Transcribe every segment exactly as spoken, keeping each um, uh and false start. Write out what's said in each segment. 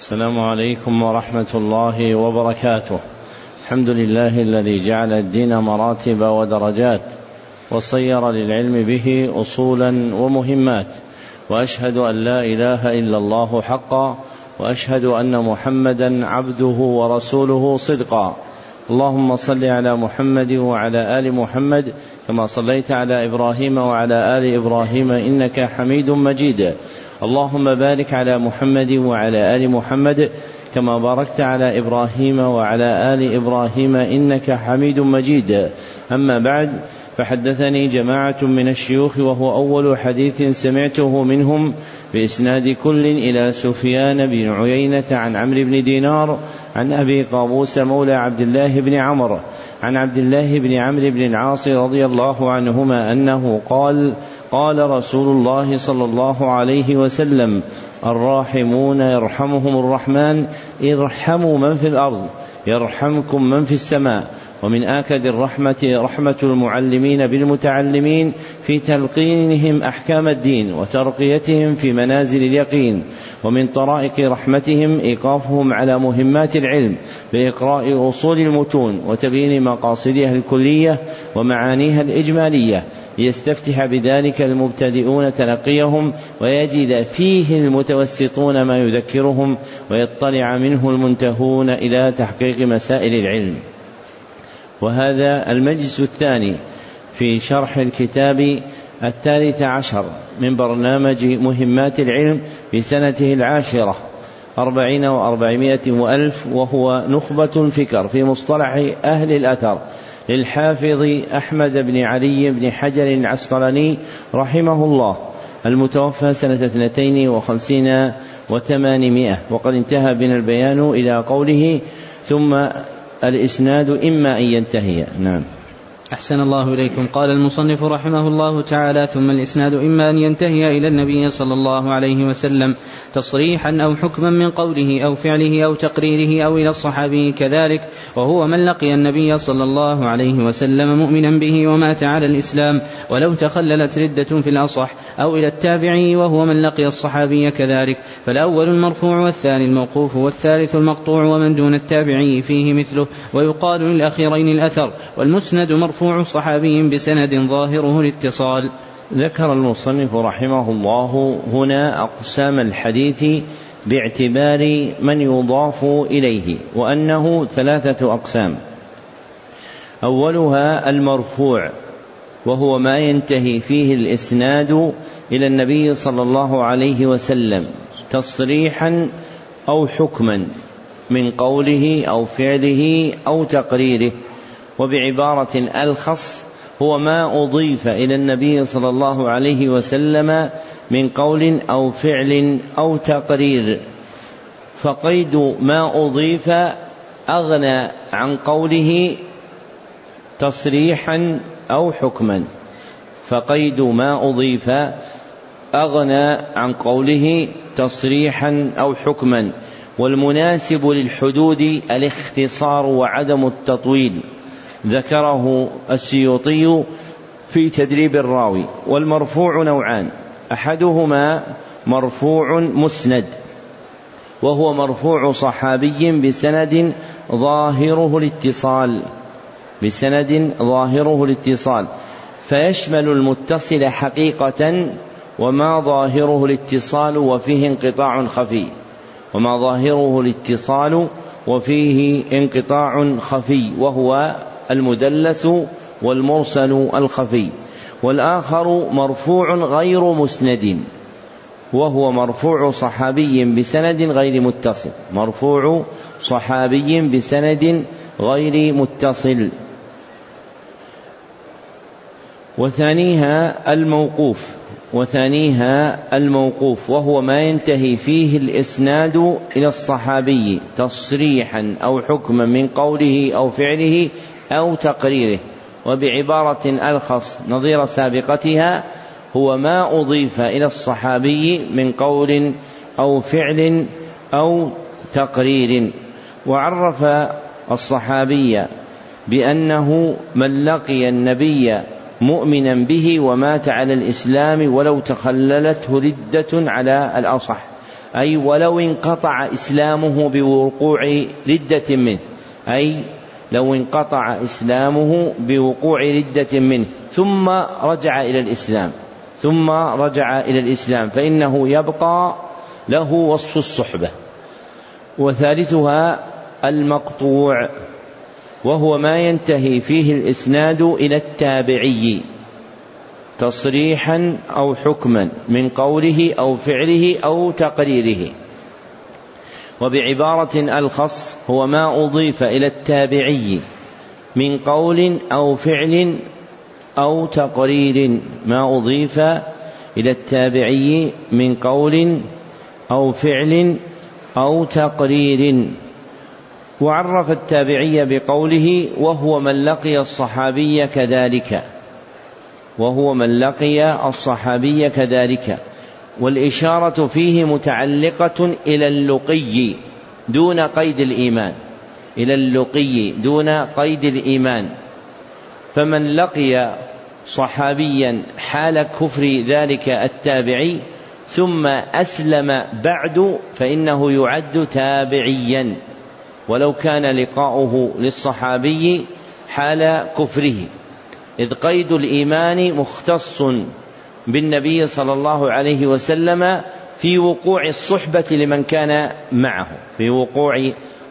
السلام عليكم ورحمة الله وبركاته. الحمد لله الذي جعل الدين مراتب ودرجات وصير للعلم به أصولا ومهمات، وأشهد أن لا إله إلا الله حقا، وأشهد أن محمدا عبده ورسوله صدقا. اللهم صل على محمد وعلى آل محمد كما صليت على إبراهيم وعلى آل إبراهيم إنك حميد مجيد. اللهم بارك على محمد وعلى آل محمد كما باركت على إبراهيم وعلى آل إبراهيم إنك حميد مجيد. أما بعد، فحدثني جماعة من الشيوخ وهو أول حديث سمعته منهم بإسناد كل إلى سفيان بن عيينة عن عمرو بن دينار عن أبي قابوس مولى عبد الله بن عمرو عن عبد الله بن عمرو بن العاص رضي الله عنهما أنه قال: قال رسول الله صلى الله عليه وسلم: الراحمون يرحمهم الرحمن، ارحموا من في الأرض يرحمكم من في السماء. ومن آكد الرحمة رحمة المعلمين بالمتعلمين في تلقينهم أحكام الدين وترقيتهم في منازل اليقين. ومن طرائق رحمتهم إيقافهم على مهمات العلم بإقراء أصول المتون وتبيين مقاصدها الكلية ومعانيها الإجمالية، ليستفتح بذلك المبتدئون تلقيهم ويجد فيه المتوسطون ما يذكرهم ويطلع منه المنتهون إلى تحقيق مسائل العلم. وهذا المجلس الثاني في شرح الكتاب الثالث عشر من برنامج مهمات العلم في سنته العاشرة أربعين وأربعمائة وألف، وهو نخبة الفكر في مصطلح أهل الأثر للحافظ أحمد بن علي بن حجر العسقلاني رحمه الله، المتوفى سنة اثنتين وخمسين وثمانمائة. وقد انتهى بنا البيان إلى قوله: ثم الإسناد إما أن ينتهي. نعم. أحسن الله إليكم. قال المصنف رحمه الله تعالى: ثم الإسناد إما أن ينتهي إلى النبي صلى الله عليه وسلم تصريحا أو حكما من قوله أو فعله أو تقريره، أو إلى الصحابي كذلك، وهو من لقي النبي صلى الله عليه وسلم مؤمنا به ومات على الإسلام ولو تخللت ردة في الأصح، أو إلى التابعي وهو من لقي الصحابي كذلك. فالأول المرفوع والثاني الموقوف والثالث المقطوع، ومن دون التابعي فيه مثله. ويقال للأخيرين الأثر، والمسند مرفوع صحابي بسند ظاهره الاتصال. ذكر المصنف رحمه الله هنا أقسام الحديث باعتبار من يضاف إليه، وأنه ثلاثة أقسام. أولها المرفوع، وهو ما ينتهي فيه الإسناد إلى النبي صلى الله عليه وسلم تصريحا أو حكما من قوله أو فعله أو تقريره. وبعبارة ألخص، هو ما أضيف إلى النبي صلى الله عليه وسلم من قول أو فعل أو تقرير. فقيد ما أضيف أغنى عن قوله تصريحا أو حكما، فقيد ما أضيف أغنى عن قوله تصريحا أو حكما. والمناسب للحدود الاختصار وعدم التطويل، ذكره السيوطي في تدريب الراوي. والمرفوع نوعان: أحدهما مرفوع مسند، وهو مرفوع صحابي بسند ظاهره الاتصال بسند ظاهره الاتصال فيشمل المتصل حقيقة وما ظاهره الاتصال وفيه انقطاع خفي وما ظاهره الاتصال وفيه انقطاع خفي وهو المدلس والمرسل الخفي. والآخر مرفوع غير مسند، وهو مرفوع صحابي بسند غير متصل مرفوع صحابي بسند غير متصل. وثانيها الموقوف وثانيها الموقوف وهو ما ينتهي فيه الإسناد إلى الصحابي تصريحا أو حكما من قوله أو فعله أو تقريره. وبعبارة ألخص نظير سابقتها، هو ما أضيف إلى الصحابي من قول أو فعل أو تقرير. وعرف الصحابي بأنه من لقي النبي مؤمنا به ومات على الإسلام ولو تخللته ردة على الأصح، أي ولو انقطع إسلامه بوقوع ردة منه، أي لو انقطع إسلامه بوقوع ردة منه ثم رجع إلى الإسلام ثم رجع إلى الإسلام فإنه يبقى له وصف الصحبة. وثالثها المقطوع، وهو ما ينتهي فيه الإسناد إلى التابعي تصريحا أو حكما من قوله أو فعله أو تقريره. وبعبارة الخص هو ما أضيف إلى التابعي من قول أو فعل أو تقرير، ما أضيف إلى التابعي من قول أو فعل أو تقرير. وعرف التابعي بقوله وهو من لقي الصحابي كذلك، وهو من لقي الصحابي كذلك. والإشارة فيه متعلقة إلى اللقي دون قيد الإيمان، إلى اللقي دون قيد الإيمان. فمن لقي صحابيا حال كفر ذلك التابعي ثم أسلم بعد فإنه يعد تابعيا ولو كان لقاؤه للصحابي حال كفره، إذ قيد الإيمان مختص بالنبي صلى الله عليه وسلم في وقوع الصحبة لمن كان معه، في وقوع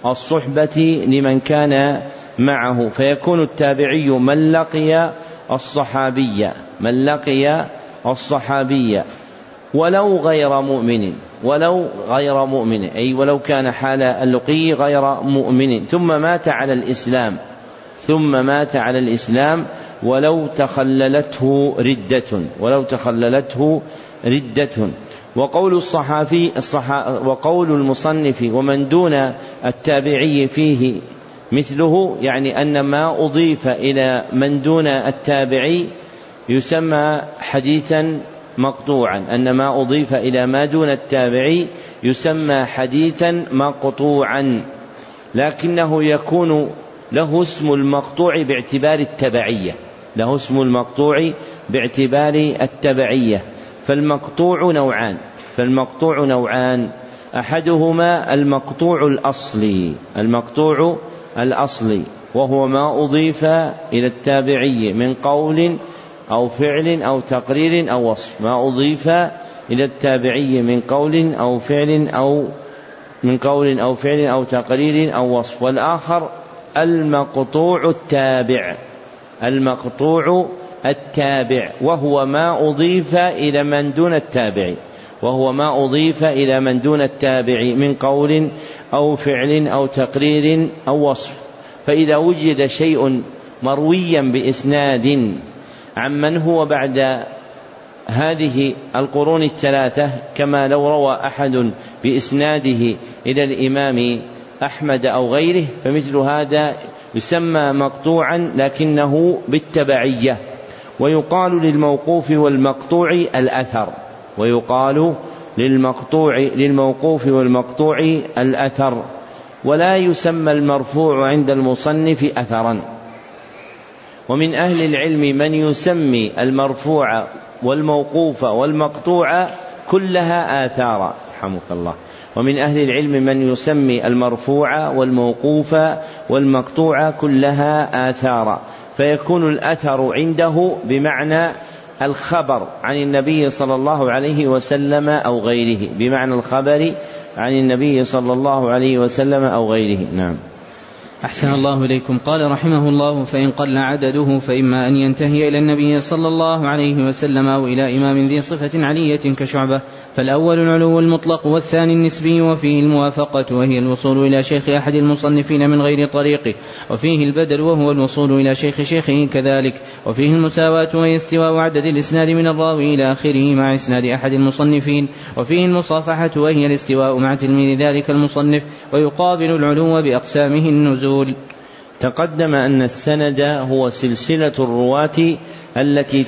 الصحبة لمن كان معه، فيكون التابعي من لقي الصحابي من لقي الصحابي ولو غير مؤمن، ولو غير مؤمن أي ولو كان حال اللقي غير مؤمن ثم مات على الإسلام ثم مات على الإسلام ولو تخللته ردة ولو تخللته ردة. وقول الصحافي الصحا وقول المصنف ومن دون التابعي فيه مثله، يعني أن ما أضيف إلى من دون التابعي يسمى حديثا مقطوعا، أن ما أضيف إلى ما دون التابعي يسمى حديثا مقطوعا، لكنه يكون له اسم المقطوع باعتبار التبعية له اسم المقطوع باعتبار التبعية. فالمقطوع نوعان فالمقطوع نوعان أحدهما المقطوع الأصلي المقطوع الأصلي وهو ما أضيف إلى التابعي من قول أو فعل أو تقرير أو وصف، ما أضيف إلى التابعي من قول أو فعل أو من قول أو فعل أو تقرير أو وصف. والآخر المقطوع التابع المقطوع التابع وهو ما أضيف إلى من دون التابع وهو ما أضيف إلى من دون التابع من قول أو فعل أو تقرير أو وصف. فإذا وجد شيء مرويا بإسناد عمن هو بعد هذه القرون الثلاثة، كما لو روى أحد بإسناده إلى الإمام أحمد أو غيره، فمثل هذا يسمى مقطوعا لكنه بالتبعية. ويقال للموقوف والمقطوع الأثر ويقال للمقطوع للموقوف والمقطوع الأثر ولا يسمى المرفوع عند المصنف أثرا. ومن أهل العلم من يسمي المرفوع والموقوف والمقطوع كلها آثارا، رحمك الله. ومن أهل العلم من يسمي المرفوع والموقوف والمقطوع كلها آثارا، فيكون الأثر عنده بمعنى الخبر عن النبي صلى الله عليه وسلم أو غيره، بمعنى الخبر عن النبي صلى الله عليه وسلم أو غيره. نعم. أحسن الله إليكم. قال رحمه الله: فإن قل عدده فإما أن ينتهي إلى النبي صلى الله عليه وسلم أو إلى إمام ذي صفة علية كشعبة، فالأول العلو المطلق والثاني النسبي، وفيه الموافقة وهي الوصول إلى شيخ أحد المصنفين من غير طريقه، وفيه البدل وهو الوصول إلى شيخ شيخه كذلك، وفيه المساواة وهي استواء عدد الإسناد من الراوي إلى آخره مع إسناد أحد المصنفين، وفيه المصافحة وهي الاستواء مع تلميذ ذلك المصنف، ويقابل العلو بأقسامه النزول. تقدم أن السند هو سلسلة الرواة التي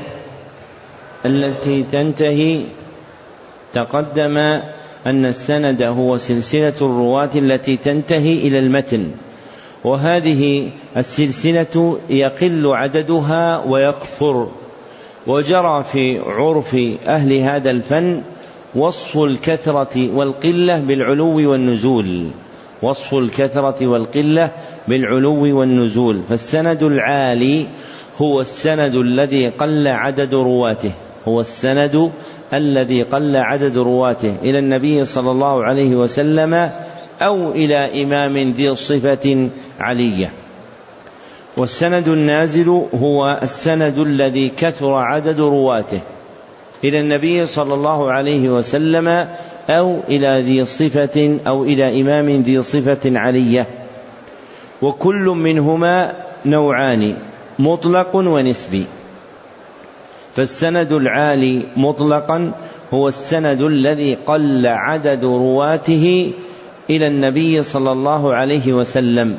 التي تنتهي تقدم أن السند هو سلسلة الرواة التي تنتهي إلى المتن، وهذه السلسلة يقل عددها ويكثر، وجرى في عرف أهل هذا الفن وصف الكثرة والقلة بالعلو والنزول، وصف الكثرة والقلة بالعلو والنزول. فالسند العالي هو السند الذي قل عدد رواته، هو السند الذي قل عدد رواته إلى النبي صلى الله عليه وسلم أو إلى إمام ذي صفة علية. والسند النازل هو السند الذي كثر عدد رواته إلى النبي صلى الله عليه وسلم أو إلى ذي صفة أو إلى إمام ذي صفة علية. وكل منهما نوعان، مطلق ونسبي. فالسند العالي مطلقا هو السند الذي قل عدد رواته إلى النبي صلى الله عليه وسلم.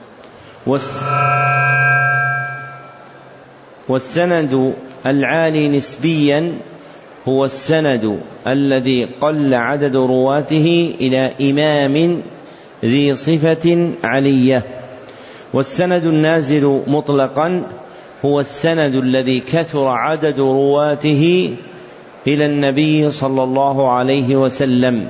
والسند العالي نسبيا هو السند الذي قل عدد رواته إلى إمام ذي صفة علية. والسند النازل مطلقا هو السند الذي كثر عدد رواته إلى النبي صلى الله عليه وسلم.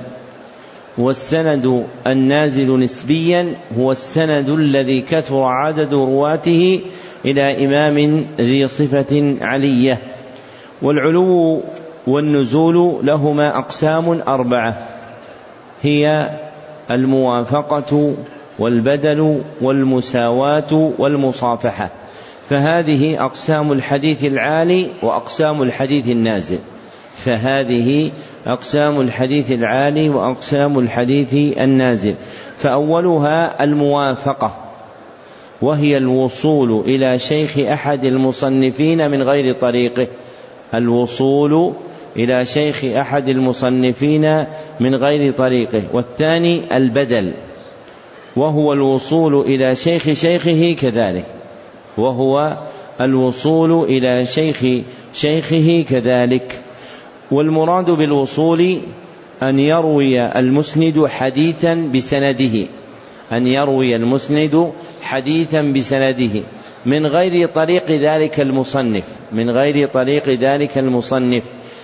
والسند النازل نسبيا هو السند الذي كثر عدد رواته إلى إمام ذي صفة علية. والعلو والنزول لهما أقسام أربعة، هي الموافقة والبدل والمساواة والمصافحة. فهذه أقسام الحديث العالي وأقسام الحديث النازل، فهذه أقسام الحديث العالي وأقسام الحديث النازل. فأولها الموافقة، وهي الوصول إلى شيخ أحد المصنفين من غير طريقه، الوصول إلى شيخ أحد المصنفين من غير طريقه. والثاني البدل، وهو الوصول إلى شيخ شيخه كذلك، وهو الوصول إلى شيخ شيخه كذلك. والمراد بالوصول أن يروي المسند حديثا بسنده، أن يروي المسند حديثا بسنده من غير طريق ذلك المصنف، من غير طريق ذلك المصنف،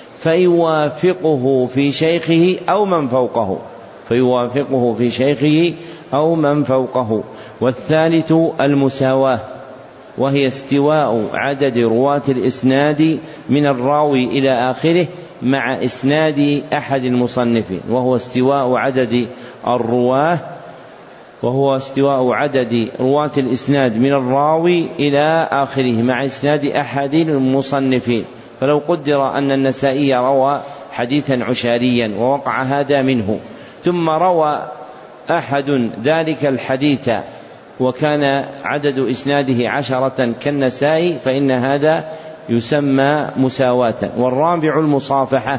فيوافقه في شيخه أو من فوقه، فيوافقه في شيخه أو من فوقه. والثالث المساواة، وهي استواء عدد رواة الإسناد من الراوي إلى آخره مع إسناد أحد المصنفين، وهو استواء عدد الرواه وهو استواء عدد رواة الإسناد من الراوي إلى آخره مع إسناد أحد المصنفين. فلو قدر أن النسائي روى حديثا عشاريا ووقع هذا منه، ثم روى أحد ذلك الحديث وكان عدد إسناده عشرة كالنسائي، فإن هذا يسمى مساواة. والرابع المصافحة،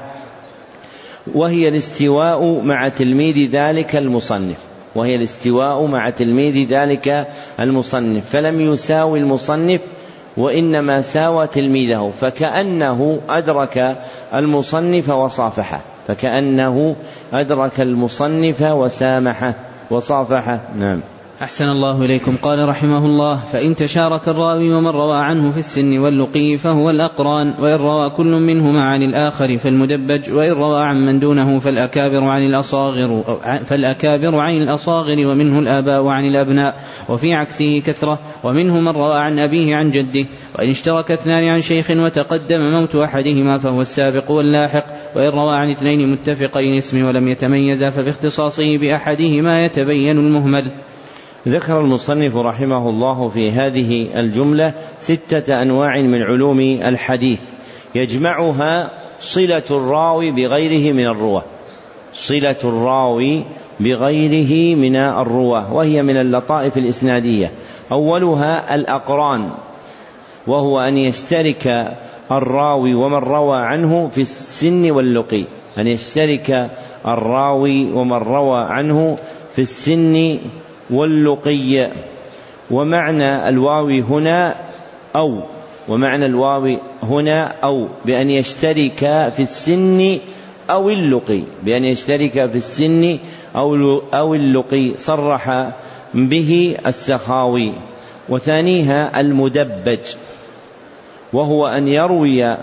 وهي الاستواء مع تلميذ ذلك المصنف، وهي الاستواء مع تلميذ ذلك المصنف، فلم يساوي المصنف وإنما ساوى تلميذه، فكأنه أدرك المصنف وصافحه، فكأنه أدرك المصنف وسامحه وصافحه. نعم. أحسن الله إليكم. قال رحمه الله: فإن تشارك الراوي ومن روى عنه في السن واللقي فهو الأقران، وإن روى كل منهما عن الآخر فالمدبج، وإن روى عن من دونه فالأكابر عن الأصاغر فالأكابر عن الأصاغر ومنه الآباء عن الأبناء، وفي عكسه كثرة، ومنه من روى عن أبيه عن جده. وإن اشترك اثنان عن شيخ وتقدم موت أحدهما فهو السابق واللاحق، وإن روى عن اثنين متفقين اسم ولم يتميزا فباختصاصه بأحدهما يتبين المهمل. ذكر المصنف رحمه الله في هذه الجملة ستة أنواع من علوم الحديث يجمعها صلة الراوي بغيره من الرواة، صلة الراوي بغيره من الرواة، وهي من اللطائف الإسنادية. أولها الأقران، وهو أن يشترك الراوي ومن روى عنه في السن واللقي، أن يشترك الراوي ومن روى عنه في السن واللقي. ومعنى الواو هنا أو ومعنى الواو هنا أو بأن يشترك في السن أو اللقي، بأن يشترك في السن أو اللقي صرح به السخاوي. وثانيها المدبج، وهو أن يروي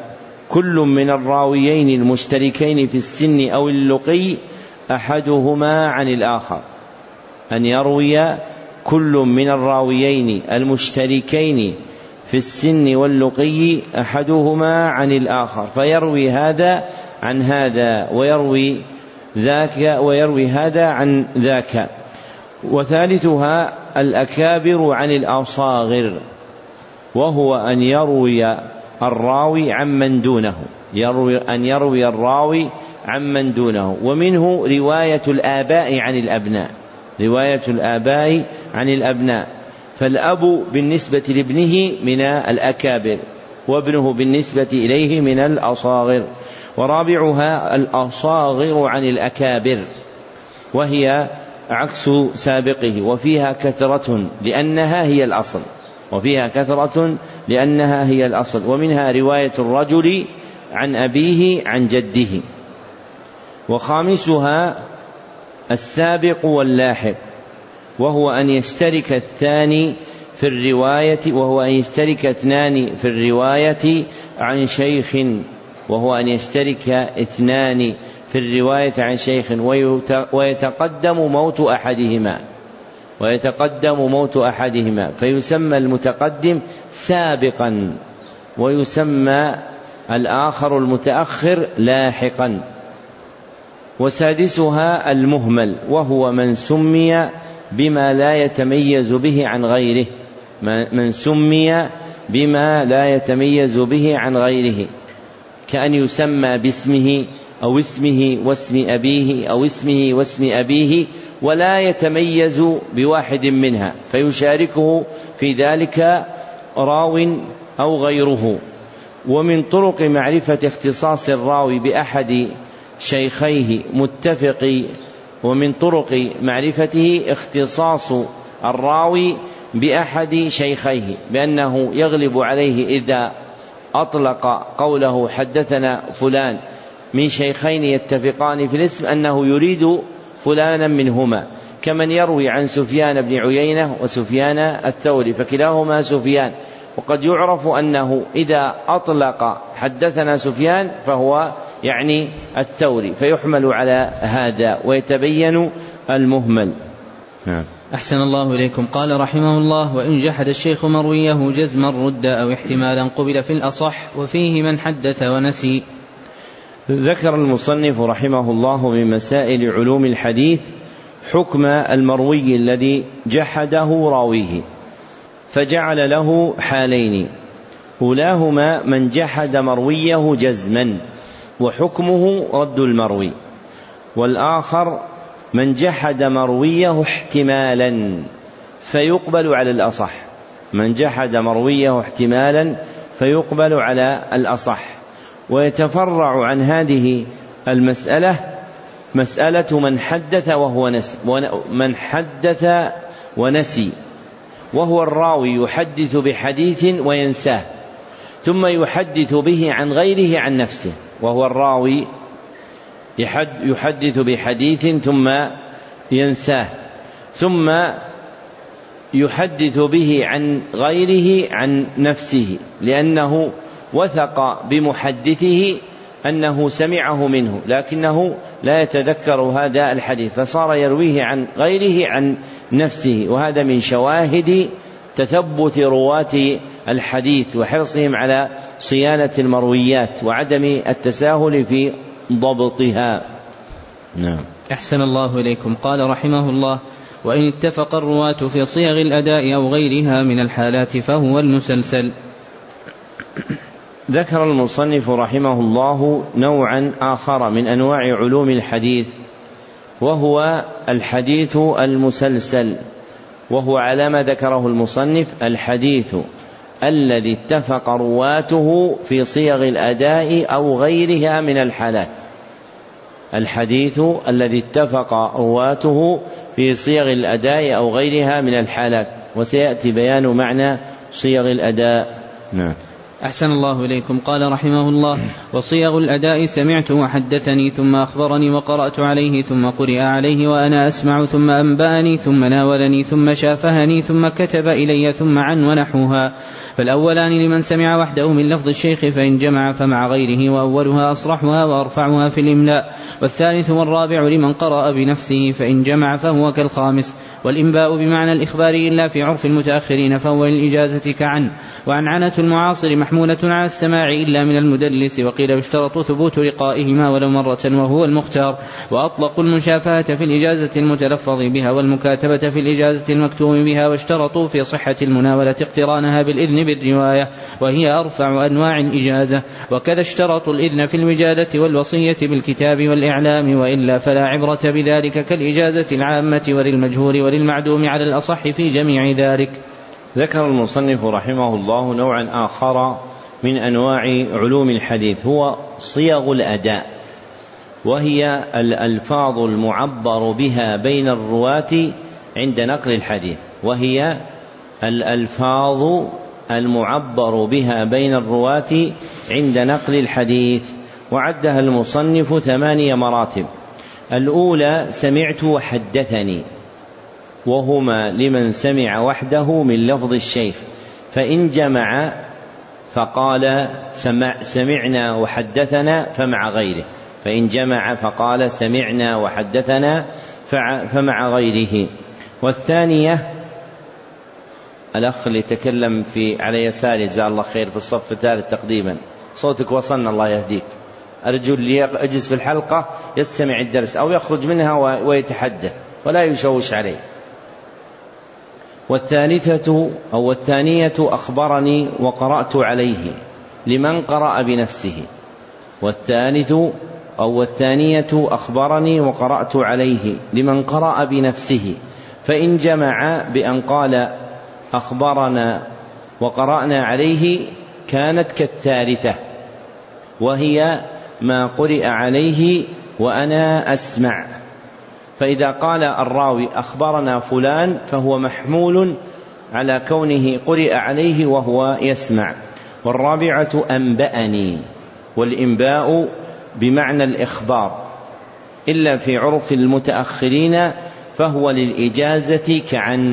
كل من الراويين المشتركين في السن أو اللقي أحدهما عن الآخر. أن يروي كل من الراويين المشتركين في السن واللقي أحدهما عن الآخر، فيروي هذا عن هذا ويروي ذاك ويروي هذا عن ذاك. وثالثها الأكابر عن الأصاغر، وهو أن يروي الراوي عمن دونه، يروي أن يروي الراوي عمن دونه. ومنه رواية الآباء عن الأبناء، رواية الآباء عن الأبناء، فالأب بالنسبة لابنه من الأكابر، وابنه بالنسبة إليه من الأصاغر. ورابعها الأصاغر عن الأكابر، وهي عكس سابقه، وفيها كثرة لأنها هي الأصل، وفيها كثرة لأنها هي الأصل. ومنها رواية الرجل عن أبيه عن جده. وخامسها السابق واللاحق، وهو أن يشترك الثاني في الرواية وهو أن يشترك اثنان في الرواية عن شيخ وهو أن يشترك اثنان في الرواية عن شيخ ويتقدم موت أحدهما ويتقدم موت أحدهما فيسمى المتقدم سابقا، ويسمى الآخر المتأخر لاحقا. وسادسها المهمل، وهو من سمي بما لا يتميز به عن غيره، من سمي بما لا يتميز به عن غيره، كأن يسمى باسمه أو اسمه واسم أبيه أو اسمه واسم أبيه ولا يتميز بواحد منها، فيشاركه في ذلك راو أو غيره. ومن طرق معرفة اختصاص الراوي بأحد شيخيه متفق ومن طرق معرفته اختصاص الراوي بأحد شيخيه، بأنه يغلب عليه إذا أطلق قوله حدثنا فلان من شيخين يتفقان في الاسم أنه يريد فلانا منهما، كمن يروي عن سفيان بن عيينة وسفيان الثوري فكلاهما سفيان. وقد يعرف أنه إذا أطلق حدثنا سفيان فهو يعني الثوري، فيحمل على هذا ويتبين المهمل. نعم. أحسن الله إليكم. قال رحمه الله: وإن جحد الشيخ مرويه جزما رد أو احتمالا قبل في الأصح، وفيه من حدث ونسي. ذكر المصنف رحمه الله من مسائل علوم الحديث حكم المروي الذي جحده راويه، فجعل له حالين: أولاهما من جحد مرويه جزما وحكمه رد المروي، والآخر من جحد مرويه احتمالا فيقبل على الأصح، من جحد مرويه احتمالا فيقبل على الأصح. ويتفرع عن هذه المسألة مسألة من حدث وهو نسي من حدث ونسي، وهو الراوي يحدث بحديث وينساه ثم يحدث به عن غيره عن نفسه، وهو الراوي يحدث بحديث ثم ينساه ثم يحدث به عن غيره عن نفسه، لأنه وثق بمحدثه أنه سمعه منه لكنه لا يتذكر هذا الحديث، فصار يرويه عن غيره عن نفسه. وهذا من شواهد تثبت رواة الحديث وحرصهم على صيانة المرويات وعدم التساهل في ضبطها. نعم. أحسن الله إليكم. قال رحمه الله: وإن اتفق الرواة في صيغ الأداء أو غيرها من الحالات فهو المسلسل. ذكر المصنف رحمه الله نوعا آخر من أنواع علوم الحديث، وهو الحديث المسلسل، وهو على ما ذكره المصنف الحديث الذي اتفق رواته في صيغ الأداء أو غيرها من الحالات، الحديث الذي اتفق رواته في صيغ الأداء أو غيرها من الحالات، وسيأتي بيان معنى صيغ الأداء. نعم. أحسن الله إليكم. قال رحمه الله: وصيغ الأداء سمعت وحدثني ثم أخبرني وقرأت عليه ثم قرئ عليه وأنا أسمع ثم أنبأني ثم ناولني ثم شافهني ثم كتب إلي ثم عن ونحوها. فالأولان لمن سمع وحده من لفظ الشيخ فإن جمع فمع غيره، وأولها أصرحها وأرفعها في الإملاء. والثالث والرابع لمن قرأ بنفسه فإن جمع فهو كالخامس. والإنباء بمعنى الإخبار إلا في عرف المتأخرين فهو للإجازة كعن. وعنعنة المعاصر محمولة على السماع إلا من المدلس. وقيل يشترط ثبوت لقائهما ولو مرة وهو المختار. وأطلقوا المشافهة في الإجازة المتلفظ بها والمكاتبة في الإجازة المكتوم بها، واشترطوا في صحة المناولة اقترانها بالإذن بالرواية وهي أرفع أنواع الإجازة. وكذا اشترطوا الإذن في الوجادة والوصية بالكتاب والإعلام، وإلا فلا عبرة بذلك كالإجازة العامة وللمجهول وللمعدوم على الأصح في جميع ذلك. ذكر المصنف رحمه الله نوعا آخر من أنواع علوم الحديث هو صيغ الأداء، وهي الألفاظ المعبر بها بين الرواة عند نقل الحديث وهي الألفاظ المعبر بها بين الرواة عند نقل الحديث. وعدها المصنف ثمانية مراتب. الأولى سمعت وحدثني، وهما لمن سمع وحده من لفظ الشيخ، فإن جمع فقال سمع سمعنا وحدثنا فمع غيره، فإن جمع فقال سمعنا وحدثنا فمع غيره. والثانية الأخ اللي تكلم في على يساري جزاه الله خير في الصف الثالث تقديما، صوتك وصلنا الله يهديك، أرجو اللي يجلس في الحلقة يستمع الدرس أو يخرج منها ويتحدث ولا يشوش عليه. والثالثة أو الثانية أخبرني وقرأت عليه لمن قرأ بنفسه. والثالث أو الثانية أخبرني وقرأت عليه لمن قرأ بنفسه، فإن جمع بأن قال أخبرنا وقرأنا عليه كانت كالثالثة، وهي ما قرئ عليه وأنا أسمع. فإذا قال الراوي أخبرنا فلان فهو محمول على كونه قرئ عليه وهو يسمع. والرابعة أنبأني، والإنباء بمعنى الإخبار إلا في عرف المتأخرين فهو للإجازة كعن.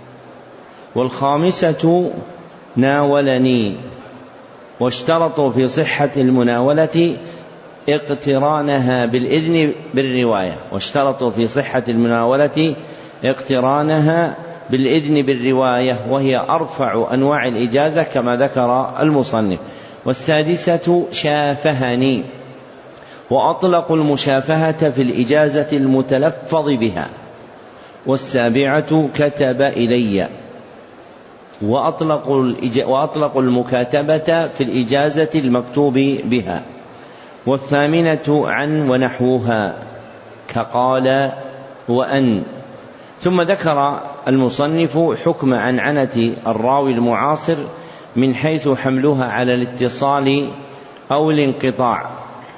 والخامسة ناولني، واشترطوا في صحة المناولة اقترانها بالإذن بالرواية واشترطوا في صحة المناولة اقترانها بالإذن بالرواية وهي أرفع أنواع الإجازة كما ذكر المصنف. والسادسة شافهني، وأطلقوا المشافهة في الإجازة المتلفظ بها. والسابعة كتب إلي، وأطلقوا, وأطلقوا المكاتبة في الإجازة المكتوب بها. والثامنة عن ونحوها كقال وأن. ثم ذكر المصنف حكم عنعنة الراوي المعاصر من حيث حملها على الاتصال أو الانقطاع.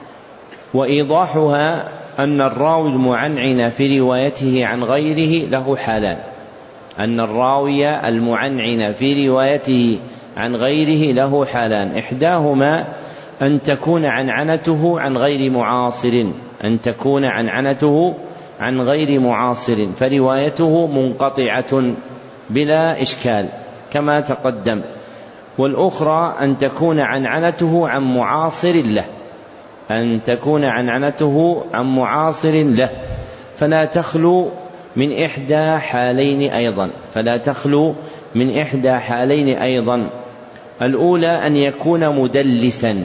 وإيضاحها أن الراوي المعنعن في روايته عن غيره له حالان، أن الراوي المعنعن في روايته عن غيره له حالان، إحداهما أن تكون عنعنته عن غير معاصر أن تكون عنعنته عن غير معاصر فروايته منقطعة بلا إشكال كما تقدم. والأخرى أن تكون عنعنته عن معاصر له أن تكون عنعنته عن معاصر له فلا تخلو من إحدى حالين أيضا فلا تخلو من إحدى حالين أيضا. الأولى أن يكون مدلسا،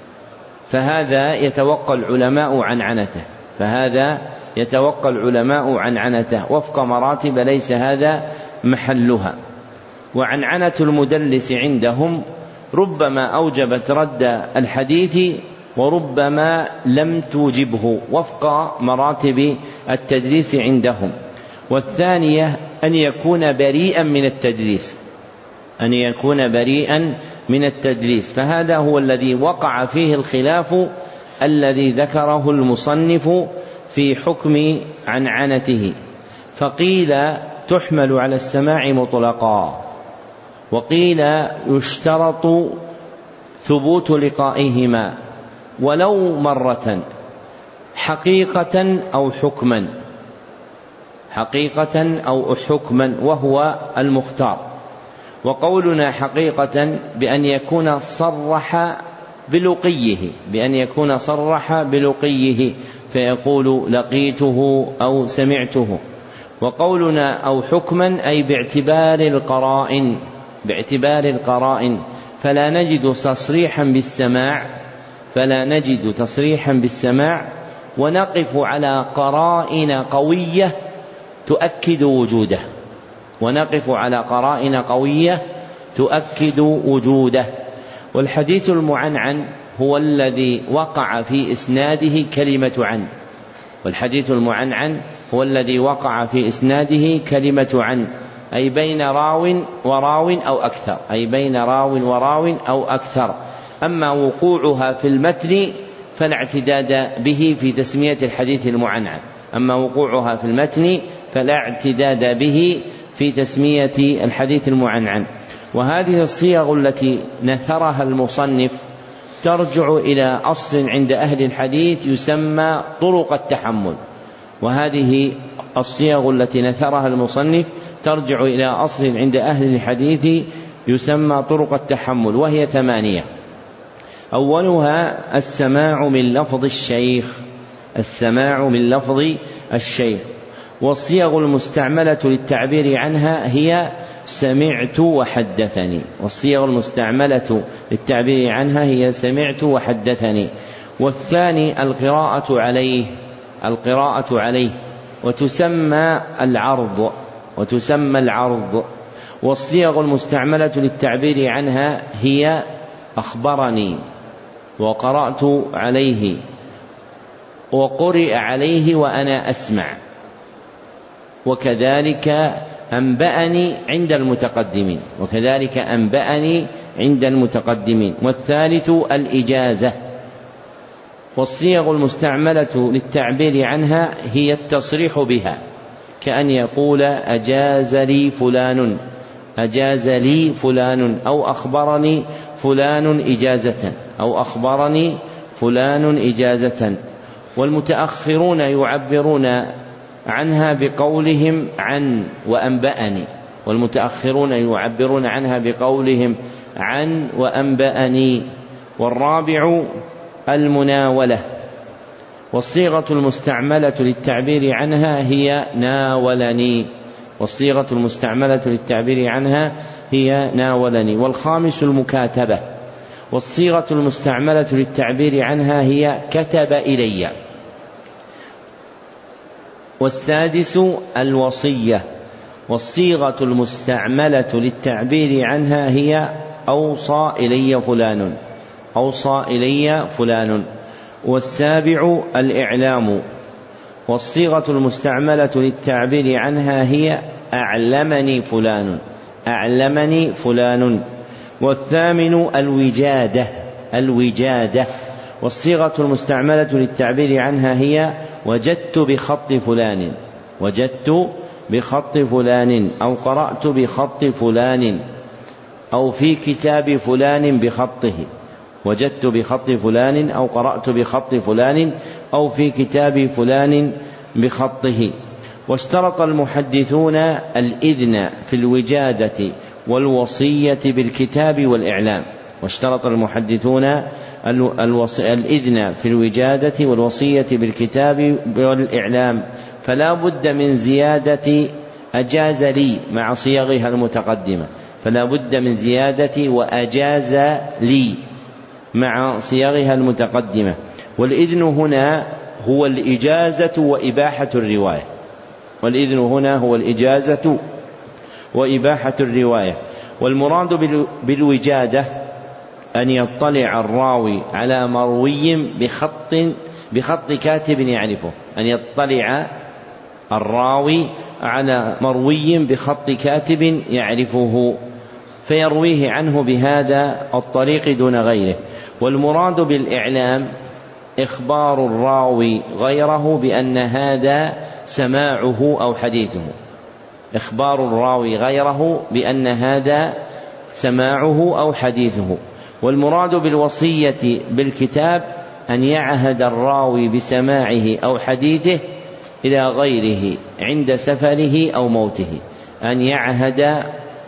فهذا يتوقع العلماء عن عنته فهذا يتوقع العلماء عن عنته وفق مراتب ليس هذا محلها. وعنعنة المدلس عندهم ربما أوجبت رد الحديث وربما لم توجبه وفق مراتب التدليس عندهم. والثانية أن يكون بريئا من التدليس أن يكون بريئا من التدليس فهذا هو الذي وقع فيه الخلاف الذي ذكره المصنف في حكم عنعنته. فقيل تحمل على السماع مطلقا، وقيل يشترط ثبوت لقائهما ولو مرة حقيقة أو حكما حقيقة أو حكما وهو المختار. وقولنا حقيقة بأن يكون صرح بلقيه بأن يكون صرح بلقيه فيقول لقيته أو سمعته. وقولنا أو حكما أي باعتبار القرائن باعتبار القرائن فلا نجد تصريحا بالسماع فلا نجد تصريحا بالسماع ونقف على قرائن قوية تؤكد وجوده ونقف على قرائن قوية تؤكد وجوده. والحديث المعنعن هو الذي وقع في إسناده كلمة عن والحديث المعنعن هو الذي وقع في إسناده كلمة عن أي بين راو وراو أو أكثر أي بين راو وراو أو أكثر. أما وقوعها في المتن فلا اعتداد به في تسمية الحديث المعنعن أما وقوعها في المتن فلا اعتداد به في تسمية الحديث المعنعن. وهذه الصيغ التي نثرها المصنف ترجع إلى أصل عند أهل الحديث يسمى طرق التحمل وهذه الصيغ التي نثرها المصنف ترجع إلى أصل عند أهل الحديث يسمى طرق التحمل وهي ثمانية. أولها السماع من لفظ الشيخ السماع من لفظ الشيخ والصيغ المستعملة للتعبير عنها هي سمعت وحدثني والصيغ المستعملة للتعبير عنها هي سمعت وحدثني. والثاني القراءة عليه القراءة عليه وتسمى العرض وتسمى العرض والصيغ المستعملة للتعبير عنها هي أخبرني وقرأت عليه وقرئ عليه وأنا أسمع وكذلك أنبأني عند المتقدمين وكذلك أنبأني عند المتقدمين. والثالث الإجازة والصيغ المستعملة للتعبير عنها هي التصريح بها كأن يقول أجاز لي فلان أجاز لي فلان أو أخبرني فلان إجازة أو أخبرني فلان إجازة. والمتأخرون يعبرون عنها بقولهم عن وأنبأني والمتأخرون يعبرون عنها بقولهم عن وأنبأني. والرابع المناولة والصيغة المستعملة للتعبير عنها هي ناولني والصيغة المستعملة للتعبير عنها هي ناولني. والخامس المكاتبة والصيغة المستعملة للتعبير عنها هي كتب إلي. والسادس الوصية والصيغة المستعملة للتعبير عنها هي أوصى إلي فلان أوصى إلي فلان. والسابع الإعلام والصيغة المستعملة للتعبير عنها هي أعلمني فلان أعلمني فلان. والثامن الوجادة الوجادة والصيغة المستعملة للتعبير عنها هي وجدت بخط فلان وجدت بخط فلان أو قرأت بخط فلان أو في كتاب فلان بخطه وجدت بخط فلان أو قرأت بخط فلان أو في كتاب فلان بخطه. واشترط المحدثون الإذن في الوجادة والوصية بالكتاب والإعلام واشترط المحدثون الإذن في الوجادة والوصية بالكتاب والإعلام فلا بد من زيادة أجاز لي مع صيغها المتقدمة فلا بد من زيادة وأجاز لي مع صيغها المتقدمة. والإذن هنا هو الإجازة وإباحة الرواية والإذن هنا هو الإجازة وإباحة الرواية. والمراد بالوجادة أن يطلع الراوي على مروي بخط بخط كاتب يعرفه أن يطلع الراوي على مروي بخط كاتب يعرفه فيرويه عنه بهذا الطريق دون غيره. والمراد بالإعلام إخبار الراوي غيره بأن هذا سماعه أو حديثه إخبار الراوي غيره بأن هذا سماعه أو حديثه. والمراد بالوصية بالكتاب أن يعهد الراوي بسماعه أو حديثه إلى غيره عند سفره أو موته أن يعهد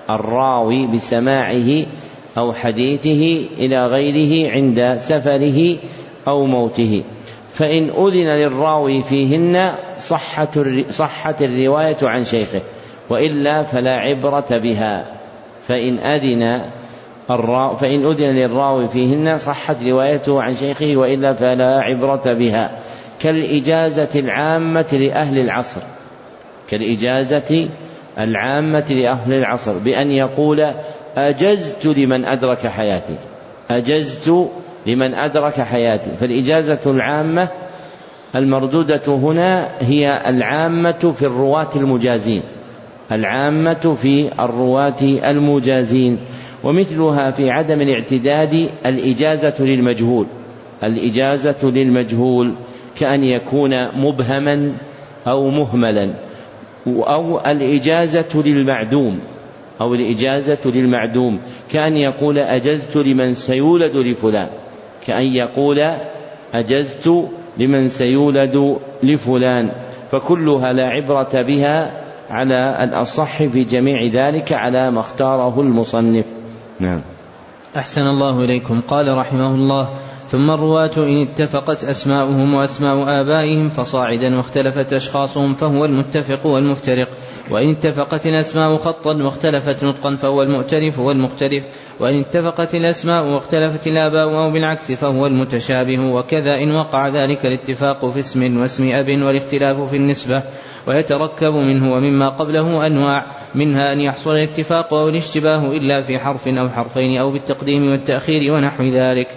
الراوي بسماعه أو حديثه إلى غيره عند سفره أو موته، فإن أذن للراوي فيهن صحت صحت الرواية عن شيخه، وإلا فلا عبرة بها. فإن أذن فإن أذن للراوي فيهن صحت روايته عن شيخه، وإلا فلا عبرة بها، كالإجازة العامة لأهل العصر كالإجازة العامة لأهل العصر بأن يقول أجزت لمن أدرك حياتي أجزت لمن أدرك حياتي. فالإجازة العامة المردودة هنا هي العامة في الرواة المجازين العامة في الرواة المجازين ومثلها في عدم الاعتداد الإجازة للمجهول الإجازة للمجهول كأن يكون مبهما أو مهملا، أو الإجازة للمعدوم أو الإجازة للمعدوم كأن يقول أجزت لمن سيولد لفلان كأن يقول أجزت لمن سيولد لفلان فكلها لا عبرة بها على الأصح في جميع ذلك على ما اختاره المصنف. نعم. أحسن الله إليكم. قال رحمه الله: ثم الرواة إن اتفقت أسماؤهم وأسماء آبائهم فصاعدا واختلفت أشخاصهم فهو المتفق والمفترق، وإن اتفقت الأسماء خطا واختلفت نطقا فهو المؤتلف والمختلف، وإن اتفقت الأسماء واختلفت الآباء أو بالعكس فهو المتشابه. وكذا إن وقع ذلك الاتفاق في اسم واسم أب والاختلاف في النسبة، ويتركب منه ومما قبله أنواع، منها أن يحصل الاتفاق أو الاشتباه إلا في حرف أو حرفين أو بالتقديم والتأخير ونحو ذلك.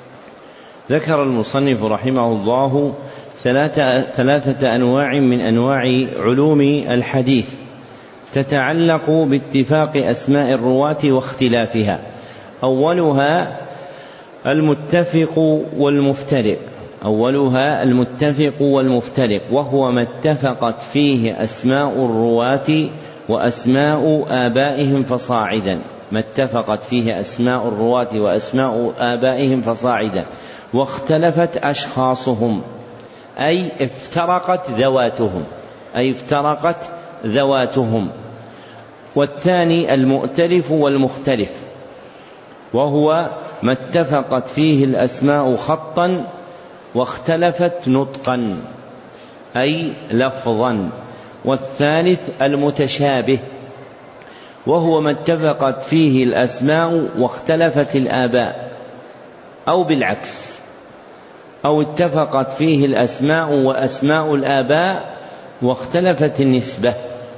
ذكر المصنف رحمه الله ثلاثة, ثلاثة أنواع من أنواع علوم الحديث تتعلق باتفاق أسماء الرواة واختلافها. أولها المتفق والمفترق أولها المتفق والمفترق وهو ما اتفقت فيه أسماء الرواة وأسماء آبائهم فصاعدا ما اتفقت فيه أسماء الرواة وأسماء آبائهم فصاعدا واختلفت أشخاصهم أي افترقت ذواتهم أي افترقت ذواتهم. والثاني المؤتلف والمختلف وهو ما اتفقت فيه الأسماء خطا واختلفت نطقا أي لفظا. والثالث المتشابه وهو ما اتفقت فيه الأسماء واختلفت الآباء أو بالعكس، أو اتفقت فيه الأسماء وأسماء الآباء واختلفت النسبة.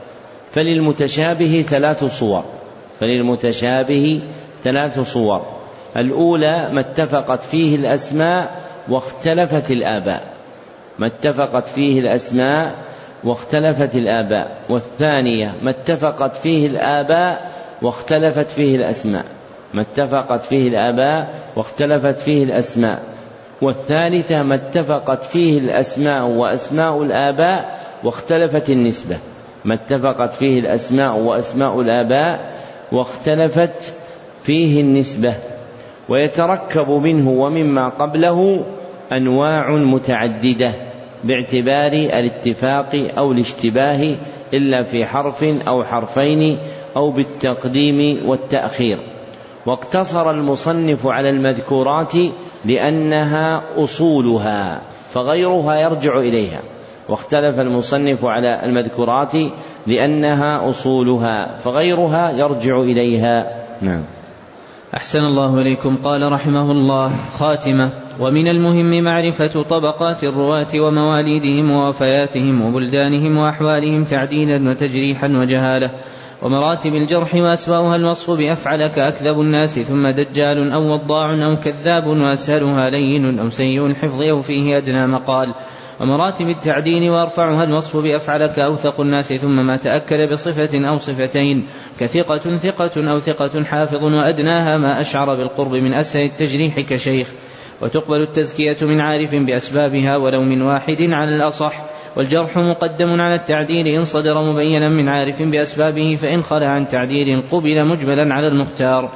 فللمتشابه ثلاث صور فللمتشابه ثلاث صور الأولى ما اتفقت فيه الأسماء واختلفت الآباء ما اتفقت فيه الأسماء واختلفت الآباء. والثانية ما اتفقت فيه الآباء واختلفت فيه الأسماء ما اتفقت فيه الآباء واختلفت فيه الأسماء. والثالثة ما اتفقت فيه الأسماء وأسماء الآباء واختلفت النسبة ما اتفقت فيه الأسماء وأسماء الآباء واختلفت فيه النسبة. ويتركب منه ومما قبله أنواع متعددة باعتبار الاتفاق أو الاشتباه إلا في حرف أو حرفين أو بالتقديم والتأخير. واقتصر المصنف على المذكورات لأنها أصولها فغيرها يرجع إليها واختلف المصنف على المذكورات لأنها أصولها فغيرها يرجع إليها. نعم. أحسن الله إليكم. قال رحمه الله: خاتمة. ومن المهم معرفة طبقات الرواة ومواليدهم ووفياتهم وبلدانهم وأحوالهم تعديلا وتجريحا وجهالة، ومراتب الجرح وأسبابها الوصف بأفعل كأكذب الناس ثم دجال أو وضاع أو كذاب وأسهلها لين أو سيء الحفظ أو فيه أدنى مقال، ومراتب التعديل وأرفعها الوصف بأفعل كأوثق الناس ثم ما تأكد بصفة أو صفتين كثقة ثقة أو ثقة حافظ، وأدناها ما أشعر بالقرب من أسهل التجريح كشيخ. وتقبل التزكية من عارف بأسبابها ولو من واحد على الأصح، والجرح مقدم على التعديل إن صدر مبينا من عارف بأسبابه، فإن خلى عن تعديل قبل مجملا على المختار.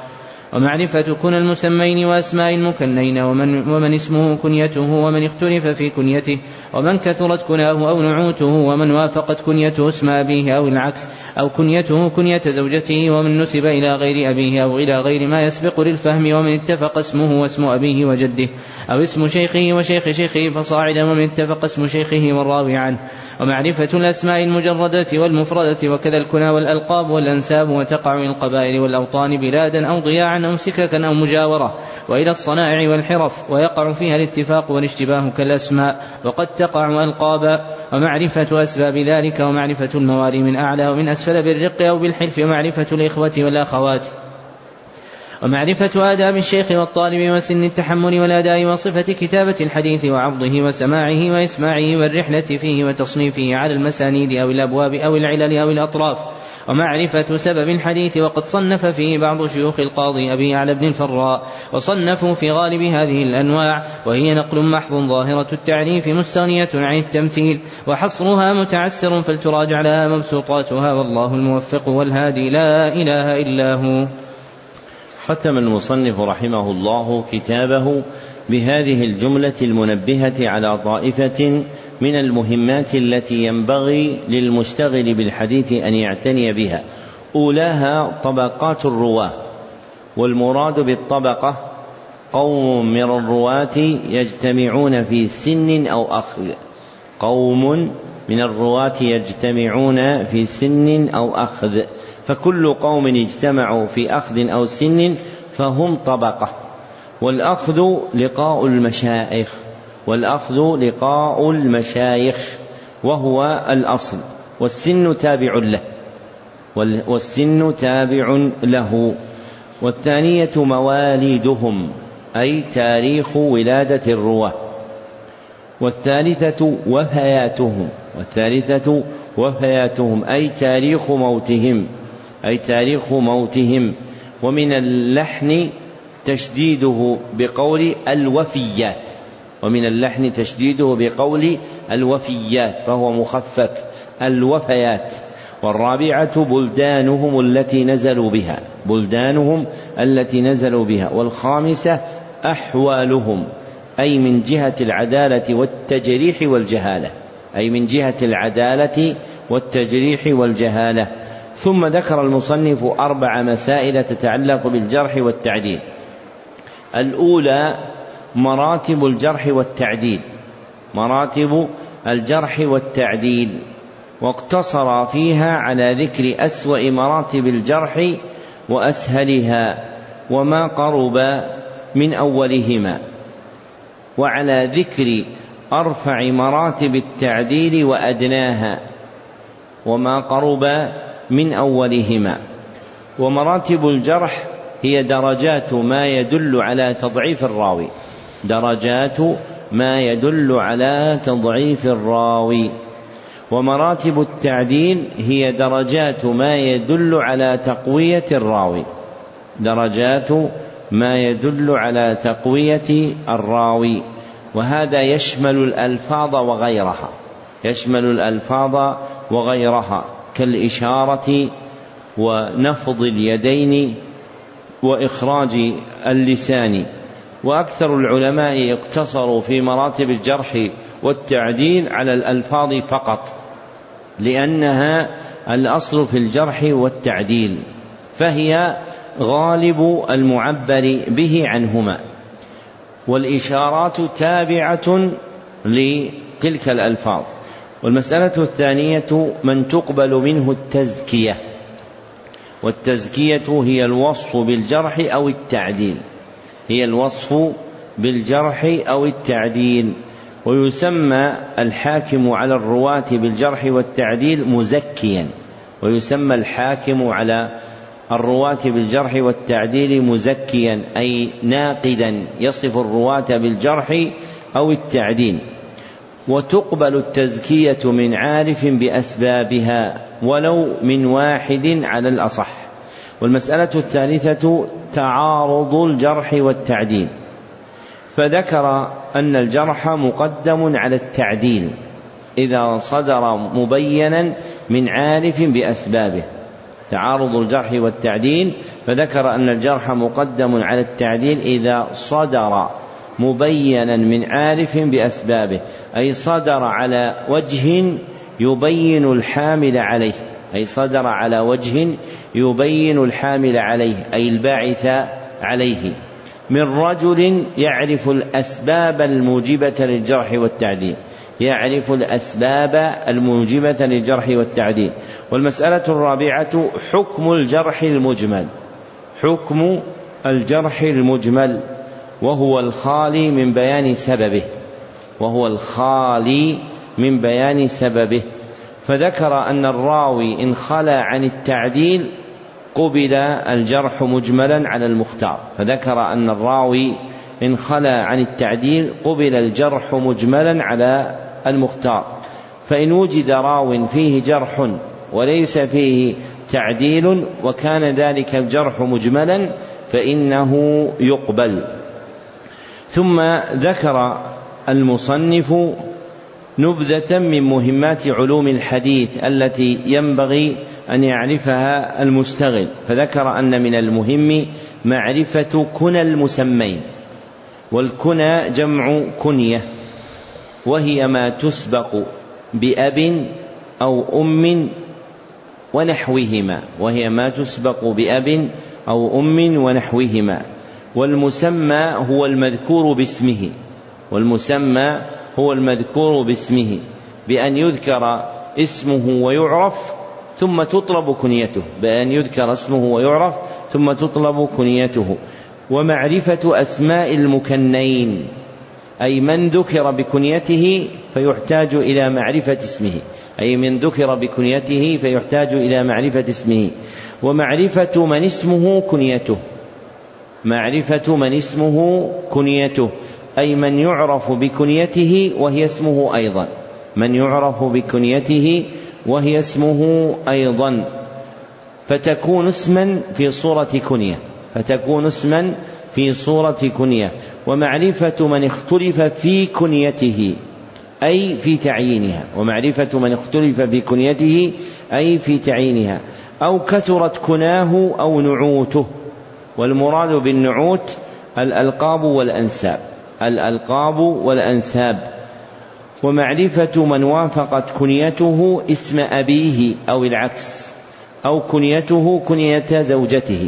ومعرفة كنى المسمين وأسماء المكنين ومن, ومن اسمه كنيته ومن اختلف في كنيته ومن كثرت كناه أو نعوته ومن وافقت كنيته اسم أبيه أو العكس أو كنيته كنية زوجته ومن نسب إلى غير أبيه أو إلى غير ما يسبق للفهم ومن اتفق اسمه واسم أبيه وجده أو اسم شيخه وشيخ شيخه فصاعدا ومن اتفق اسم شيخه والراوي عنه. ومعرفة الأسماء المجردة والمفردة وكذا الكنى والألقاب والأنساب وتقع من القبائل والأوطان بلادا أو ضياعا أو سككا أو مجاورة وإلى الصنائع والحرف ويقع فيها الاتفاق والاشتباه كالأسماء وقد تقع ألقابا. ومعرفة أسباب ذلك ومعرفة الموالي من أعلى ومن أسفل بالرق أو بالحلف ومعرفة الإخوة والأخوات ومعرفة آداب الشيخ والطالب وسن التحمل والأداء وصفة كتابة الحديث وعرضه وسماعه وإسماعه والرحلة فيه وتصنيفه على المسانيد أو الأبواب أو العلل أو الأطراف ومعرفة سبب الحديث وقد صنف فيه بعض شيوخ القاضي أبي يعلى بن الفراء وصنفوا في غالب هذه الأنواع وهي نقل محض ظاهرة التعريف مستغنية عن التمثيل وحصرها متعسر فلتراجع لها مبسوطاتها والله الموفق والهادي لا إله إلا هو. ختم المصنف رحمه الله كتابه بهذه الجملة المنبهة على طائفة من المهمات التي ينبغي للمشتغل بالحديث أن يعتني بها. أولاها طبقات الرواة، والمراد بالطبقة قوم من الرواة يجتمعون في سن أو أخذ قوم من الرواة يجتمعون في سن أو أخذ فكل قوم اجتمعوا في أخذ أو سن فهم طبقة. والأخذ لقاء المشايخ والأخذ لقاء المشايخ وهو الأصل، والسن تابع له والسن تابع له. والثانية مواليدهم أي تاريخ ولادة الرواة. والثالثة وفياتهم والثالثة وفياتهم أي تاريخ موتهم أي تاريخ موتهم. ومن اللحن تشديده بقول الوفيات ومن اللحن تشديده بقول الوفيات فهو مخفف الوفيات. والرابعة بلدانهم التي نزلوا بها بلدانهم التي نزلوا بها. والخامسة أحوالهم أي من جهة العدالة والتجريح والجهالة أي من جهة العدالة والتجريح والجهالة. ثم ذكر المصنف أربع مسائل تتعلق بالجرح والتعديل. الأولى مراتب الجرح والتعديل مراتب الجرح والتعديل واقتصر فيها على ذكر أسوأ مراتب الجرح وأسهلها وما قرب من أولهما، وعلى ذكر أرفع مراتب التعديل وأدناها وما قرب من أولهما. ومراتب الجرح هي درجات ما يدل على تضعيف الراوي درجات ما يدل على تضعيف الراوي. ومراتب التعديل هي درجات ما يدل على تقوية الراوي درجات ما يدل على تقوية الراوي. وهذا يشمل الألفاظ وغيرها يشمل الألفاظ وغيرها كالإشارة ونفض اليدين وإخراج اللسان. وأكثر العلماء اقتصروا في مراتب الجرح والتعديل على الألفاظ فقط لأنها الأصل في الجرح والتعديل فهي غالب المعبر به عنهما. والإشارات تابعة لتلك الألفاظ. والمسألة الثانية من تقبل منه التزكية، والتزكية هي الوصف بالجرح أو التعديل هي الوصف بالجرح أو التعديل. ويسمى الحاكم على الرواة بالجرح والتعديل مزكيا ويسمى الحاكم على الرواة بالجرح والتعديل مزكيا أي ناقدا يصف الرواة بالجرح أو التعديل. وتقبل التزكية من عارف بأسبابها ولو من واحد على الأصح. والمسألة الثالثة تعارض الجرح والتعديل، فذكر أن الجرح مقدم على التعديل إذا صدر مبينا من عارف بأسبابه تعارض الجرح والتعديل، فذكر أن الجرح مقدم على التعديل إذا صدر مبينا من عارف بأسبابه، أي صدر على وجه يبين الحامل عليه، أي صدر على وجه يبين الحامل عليه، أي الباعث عليه، من رجل يعرف الأسباب الموجبة للجرح والتعديل، يعرف الأسباب الموجبة للجرح والتعديل. والمسألة الرابعة حكم الجرح المجمل، حكم الجرح المجمل وهو الخالي من بيان سببه، وهو الخالي من بيان سببه. فذكر أن الراوي إن خلا عن التعديل قبل الجرح مجملا على المختار، فذكر أن الراوي إن خلا عن التعديل قبل الجرح مجملا على المختار. فإن وجد راو فيه جرح وليس فيه تعديل وكان ذلك الجرح مجملا فإنه يقبل. ثم ذكر المصنف نبذة من مهمات علوم الحديث التي ينبغي أن يعرفها المشتغل، فذكر أن من المهم معرفة كنى المسمين، والكنى جمع كنية، وهي ما تسبق بأب أو أم ونحوهما، وهي ما تسبق بأب أو أم ونحوهما. والمسمى هو المذكور باسمه، والمسمى هو المذكور باسمه بأن يذكر اسمه ويعرف ثم تطلب كنيته، بأن يذكر اسمه ويعرف ثم تطلب كنيته. ومعرفة أسماء المكنين، أي من ذكر بكنيته فيحتاج إلى معرفة اسمه، أي من ذكر بكنيته فيحتاج إلى معرفة اسمه. ومعرفة من اسمه كنيته، معرفة من اسمه كنيته، أي من يعرف بكنيته وهي اسمه أيضا، من يعرف بكنيته وهي اسمه أيضا، فتكون اسما في صورة كنية، فتكون اسما في صورة كنية. ومعرفة من اختلف في كنيته أي في تعيينها، ومعرفة من اختلف في كنيته أي في تعيينها. أو كثرت كناه أو نعوته، والمراد بالنعوت الألقاب والأنساب، الألقاب والأنساب. ومعرفة من وافقت كنيته اسم أبيه أو العكس، أو كنيته كنية زوجته.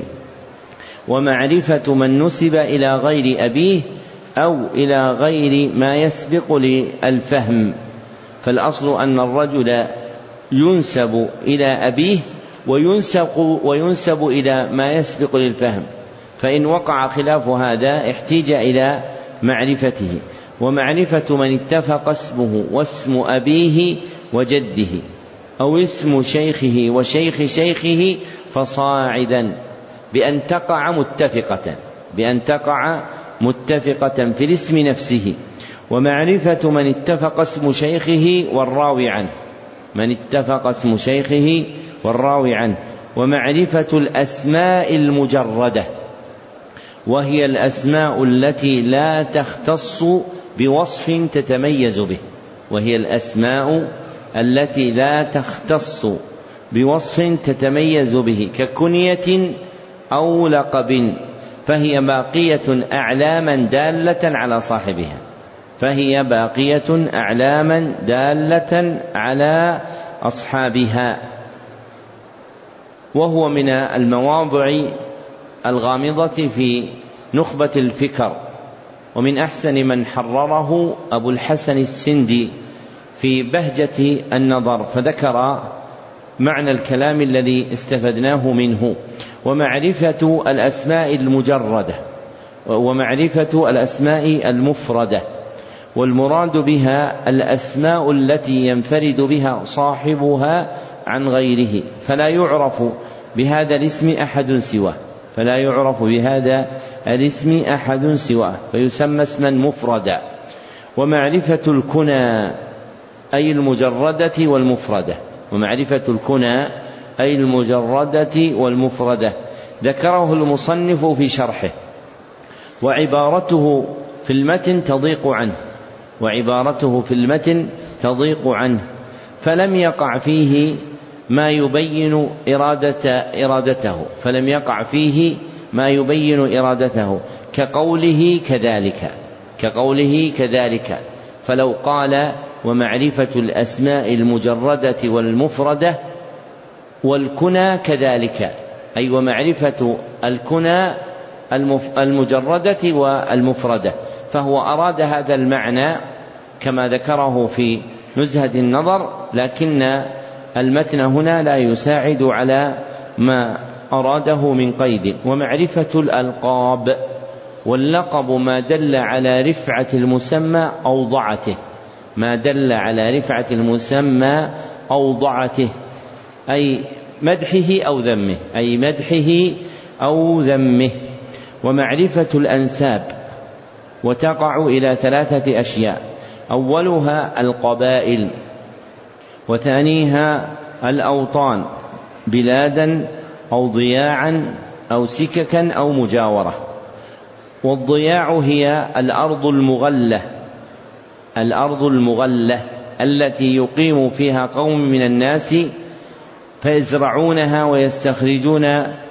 ومعرفة من نسب إلى غير أبيه أو إلى غير ما يسبق للفهم، فالأصل أن الرجل ينسب إلى أبيه وينسب, وينسب إلى ما يسبق للفهم، فإن وقع خلاف هذا احتاج إلى معرفته. ومعرفة من اتفق اسمه واسم أبيه وجده، أو اسم شيخه وشيخ شيخه فصاعدا، بأن تقع متفقة، بأن تقع متفقة في الاسم نفسه. ومعرفة من اتفق اسم شيخه والراوي عنه، من اتفق اسم شيخه والراوي عنه. ومعرفة الأسماء المجردة، وهي الأسماء التي لا تختص بوصف تتميز به، وهي الأسماء التي لا تختص بوصف تتميز به ككنية أو لقب، فهي باقية أعلاما دالة على صاحبها، فهي باقية أعلاما دالة على أصحابها. وهو من المواضع الغامضة في نخبة الفكر، ومن أحسن من حرره أبو الحسن السندي في بهجة النظر، فذكر معنى الكلام الذي استفدناه منه. ومعرفة الأسماء المجردة، ومعرفة الأسماء المفردة، والمراد بها الأسماء التي ينفرد بها صاحبها عن غيره، فلا يعرف بهذا الاسم أحد سواه، فلا يعرف بهذا الاسم أحد سواه فيسمى اسما مفردا. ومعرفة الكنى أي المجردة والمفردة، ومعرفة الكنى أي المجردة والمفردة ذكره المصنف في شرحه، وعبارته في المتن تضيق عنه، وعبارته في المتن تضيق عنه، فلم يقع فيه ما يبين إرادة إرادته، فلم يقع فيه ما يبين إرادته، كقوله كذلك كقوله كذلك فلو قال ومعرفة الأسماء المجردة والمفردة والكنى كذلك، أي ومعرفة الكنى المجردة والمفردة، فهو أراد هذا المعنى كما ذكره في نزهة النظر، لكن المتن هنا لا يساعد على ما أراده من قيد. ومعرفة الألقاب، واللقب ما دل على رفعة المسمى أو ضعته، ما دل على رفعة المسمى أو ضعته، أي مدحه أو ذمه أي مدحه أو ذمه. ومعرفة الأنساب، وتقع إلى ثلاثة أشياء: أولها القبائل، وثانيها الأوطان، بلادا أو ضياعا أو سككا أو مجاورة. والضياع هي الأرض المغلة الأرض المغلة التي يقيم فيها قوم من الناس فيزرعونها ويستخرجون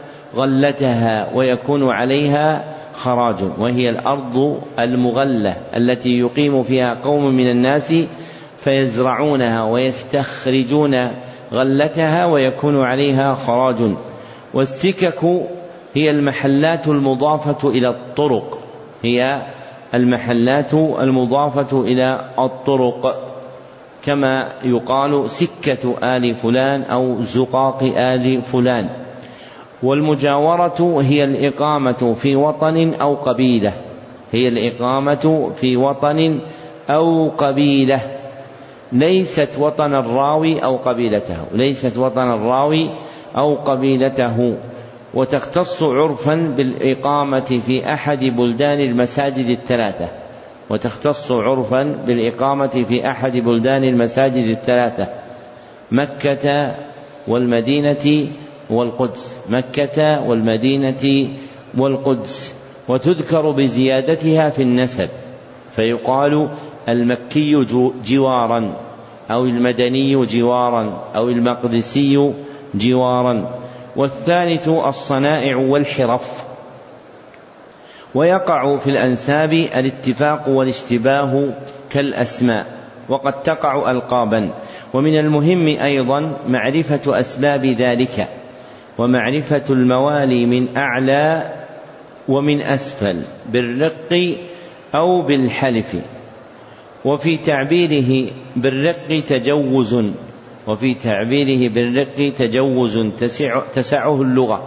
غلتها ويكون عليها خراج. وهي الأرض المغلة التي يقيم فيها قوم من الناس فيزرعونها ويستخرجون غلتها ويكون عليها خراج. والسكك هي المحلات المضافة إلى الطرق هي المحلات المضافة إلى الطرق كما يقال سكة آل فلان أو زقاق آل فلان. والمجاورة هي الإقامة في وطن أو قبيلة هي الإقامة في وطن أو قبيلة ليست وطن الراوي أو قبيلته ليست وطن الراوي أو قبيلته. وتختص عرفا بالإقامة في أحد بلدان المساجد الثلاثة وتختص عرفا بالإقامة في أحد بلدان المساجد الثلاثة مكة والمدينة والقدس مكة والمدينة والقدس. وتذكر بزيادتها في النسب، فيقال المكي جوارا أو المدني جوارا أو المقدسي جوارا. والثالث الصنائع والحرف. ويقع في الأنساب الاتفاق والاشتباه كالأسماء، وقد تقع ألقابا. ومن المهم أيضا معرفة أسباب ذلك، ومعرفة الموالي من أعلى ومن أسفل بالرق أو بالحلف. وفي تعبيره بالرق تجوز وفي تعبيره بالرق تجوز تسع تسعه اللغة،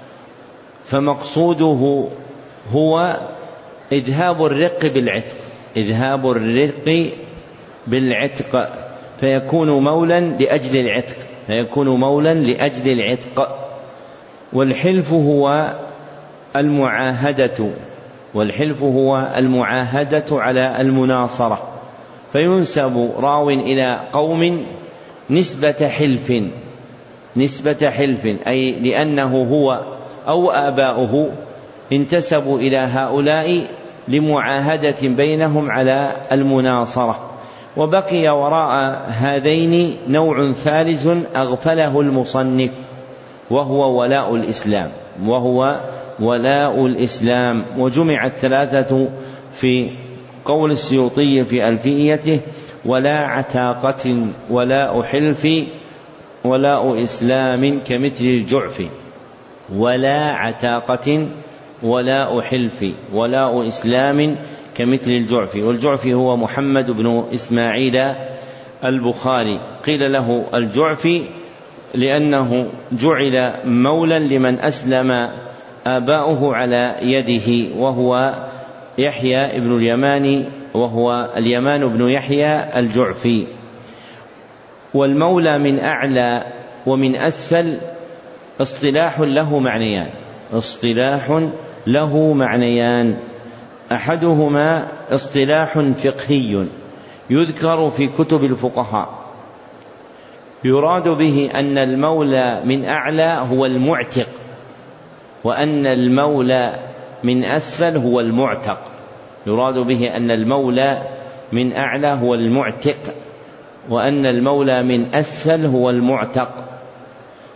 فمقصوده هو إذهاب الرق بالعتق إذهاب الرق بالعتق فيكون مولا لأجل العتق فيكون مولا لأجل العتق. والحلف هو المعاهدة والحلف هو المعاهدة على المناصرة، فينسب راو إلى قوم نسبة حلف نسبة حلف أي لأنه هو أو آباؤه انتسبوا إلى هؤلاء لمعاهدة بينهم على المناصرة. وبقي وراء هذين نوع ثالث أغفله المصنف، وهو ولاء الإسلام وهو ولاء الإسلام. وجمع الثلاثة في قول السيوطي في ألفيته: ولا عتاقة ولاء حلف ولاء إسلام كمثل الجعف. ولا عتاقة ولاء حلف ولاء إسلام كمثل الجعف. والجعف هو محمد بن إسماعيل البخاري، قيل له الجعفي لأنه جعل مولا لمن أسلم آباؤه على يده، وهو يحيى ابن اليمان وهو اليمان بن يحيى الجعفي. والمولى من أعلى ومن أسفل اصطلاح له معنيان اصطلاح له معنيان أحدهما اصطلاح فقهي يذكر في كتب الفقهاء، يراد به أن المولى من أعلى هو المعتق، وأن المولى من أسفل هو المعتق. يراد به أن المولى من أعلى هو المعتق، وأن المولى من أسفل هو المعتق.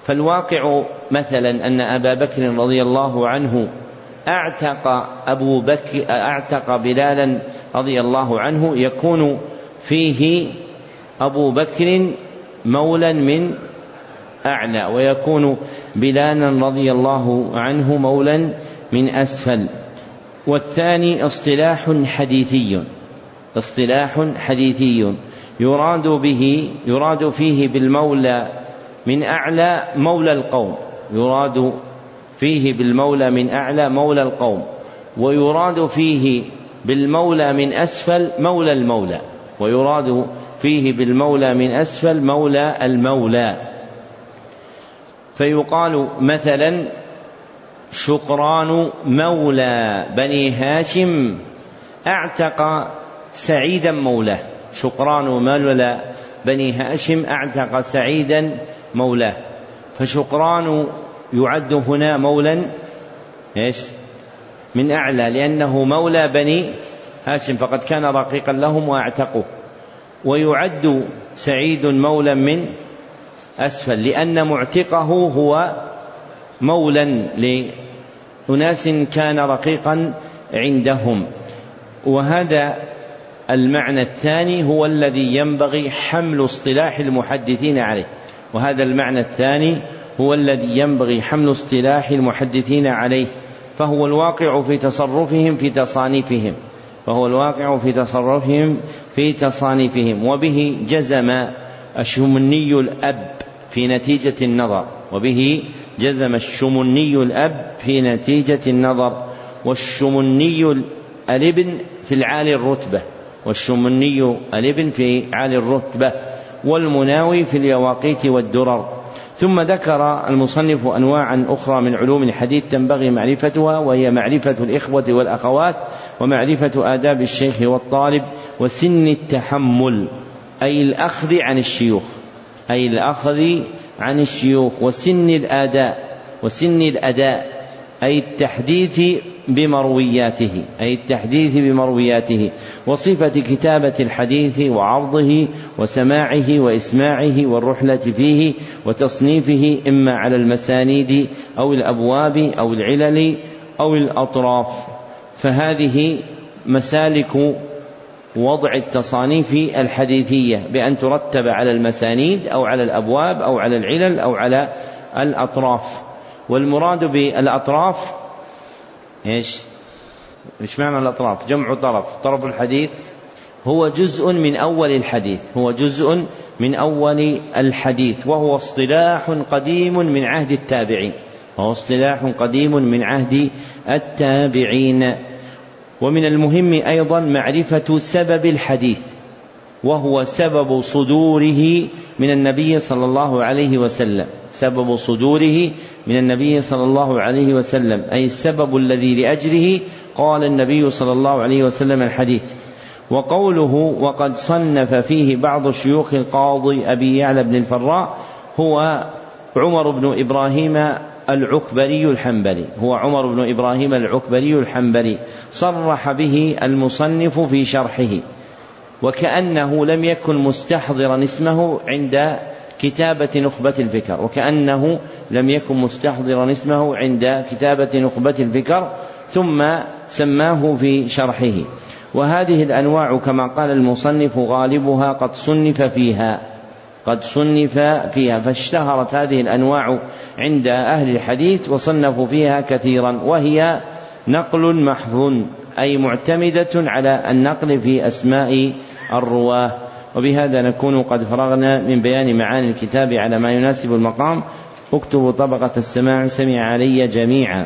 فالواقع مثلا أن أبا بكر رضي الله عنه أعتق أبو بكر أعتق بلالا رضي الله عنه، يكون فيه أبو بكر مولا من أعلى، ويكون بلالا رضي الله عنه مولا من أسفل. والثاني اصطلاح حديثي اصطلاح حديثي يراد به يراد فيه بالمولى من أعلى مولى القوم، يراد فيه بالمولى من أعلى مولى القوم، ويراد فيه بالمولى من أسفل مولى المولى، ويراد فيه بالمولى من أسفل مولى المولى. فيقال مثلا شقران مولى بني هاشم أعتق سعيدا مولاه، شقران مولى بني هاشم أعتق سعيدا مولاه. فشقران يعد هنا مولا من أعلى لأنه مولى بني هاشم فقد كان رقيقا لهم وأعتقوه، ويعد سعيد مولا من أسفل لأن معتقه هو مولا لأناس كان رقيقا عندهم. وهذا المعنى الثاني هو الذي ينبغي حمل اصطلاح المحدثين عليه، وهذا المعنى الثاني هو الذي ينبغي حمل اصطلاح المحدثين عليه، فهو الواقع في تصرفهم في تصانيفهم فهو الواقع في تصرفهم في تصانيفهم وبه جزم الشمني الأب في نتيجة النظر وبه جزم الشمني الأب في نتيجة النظر والشمني الابن في العالي الرتبة والشمني الابن في عالي الرتبة والمناوي في اليواقيت والدرر. ثم ذكر المصنف أنواعا أخرى من علوم الحديث تنبغي معرفتها، وهي معرفة الإخوة والأخوات، ومعرفة آداب الشيخ والطالب، وسن التحمل أي الأخذ عن الشيوخ أي الأخذ عن الشيوخ وسن الآداء وسن الأداء أي التحديث بمروياته أي التحديث بمروياته وصفة كتابة الحديث وعرضه وسماعه وإسماعه والرحلة فيه وتصنيفه إما على المسانيد أو الأبواب أو العلل أو الأطراف. فهذه مسالك وضع التصانيف الحديثية بأن ترتب على المسانيد أو على الأبواب أو على العلل أو على الأطراف. والمراد بالأطراف إيش؟ إيش معنى الأطراف؟ جمع طرف. طرف الحديث هو جزء من أول الحديث هو جزء من أول الحديث وهو اصطلاح قديم من عهد التابعين وهو اصطلاح قديم من عهد التابعين. ومن المهم أيضا معرفة سبب الحديث، وهو سبب صدوره من النبي صلى الله عليه وسلم سبب صدوره من النبي صلى الله عليه وسلم أي السبب الذي لأجله قال النبي صلى الله عليه وسلم الحديث. وقوله وقد صنف فيه بعض شيوخ القاضي أبي يعلى بن الفراء هو عمر بن إبراهيم العكبري الحنبلي هو عمر بن إبراهيم العكبري الحنبلي صرح به المصنف في شرحه، وكأنه لم يكن مستحضرا اسمه عند كتابة نخبة الفكر وكأنه لم يكن مستحضرا اسمه عند كتابة نخبة الفكر ثم سماه في شرحه. وهذه الأنواع كما قال المصنف غالبها قد صنف فيها قد صنف فيها فاشتهرت هذه الأنواع عند أهل الحديث وصنفوا فيها كثيرا، وهي نقل محض أي معتمدة على النقل في أسماء الرواه. وبهذا نكون قد فرغنا من بيان معاني الكتاب على ما يناسب المقام. اكتبوا طبقة السماع سمع علي جميعا،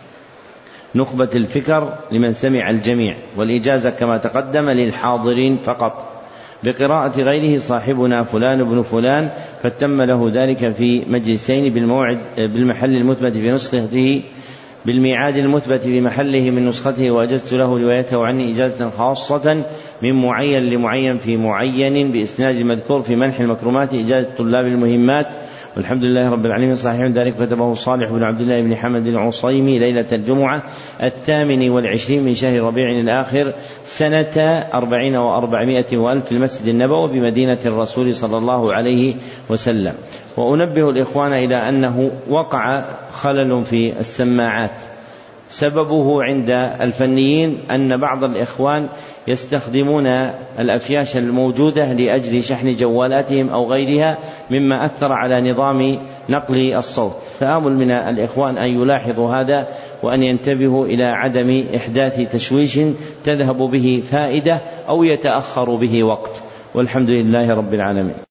نخبة الفكر لمن سمع الجميع، والإجازة كما تقدم للحاضرين فقط، بقراءة غيره صاحبنا فلان بن فلان فتم له ذلك في مجلسين بالموعد بالمحل المثبت في نسخته بالميعاد المثبت في محله من نسخته، وأجزت له روايته عني إجازة خاصة من معين لمعين في معين بإسناد المذكور في منح المكرمات إجازة طلاب المهمات والحمد لله رب العالمين. صحيح ذلك كتبه صالح بن عبد الله بن حمد العصيمي ليلة الجمعة الثامن والعشرين من شهر ربيع الآخر سنة أربعين وأربعمائة وألف في المسجد النبوي بمدينة الرسول صلى الله عليه وسلم. وأنبه الإخوان إلى أنه وقع خلل في السماعات سببه عند الفنيين أن بعض الإخوان يستخدمون الأفياش الموجودة لأجل شحن جوالاتهم أو غيرها مما أثر على نظام نقل الصوت، فآمل من الإخوان أن يلاحظوا هذا وأن ينتبهوا إلى عدم إحداث تشويش تذهب به فائدة أو يتأخر به وقت، والحمد لله رب العالمين.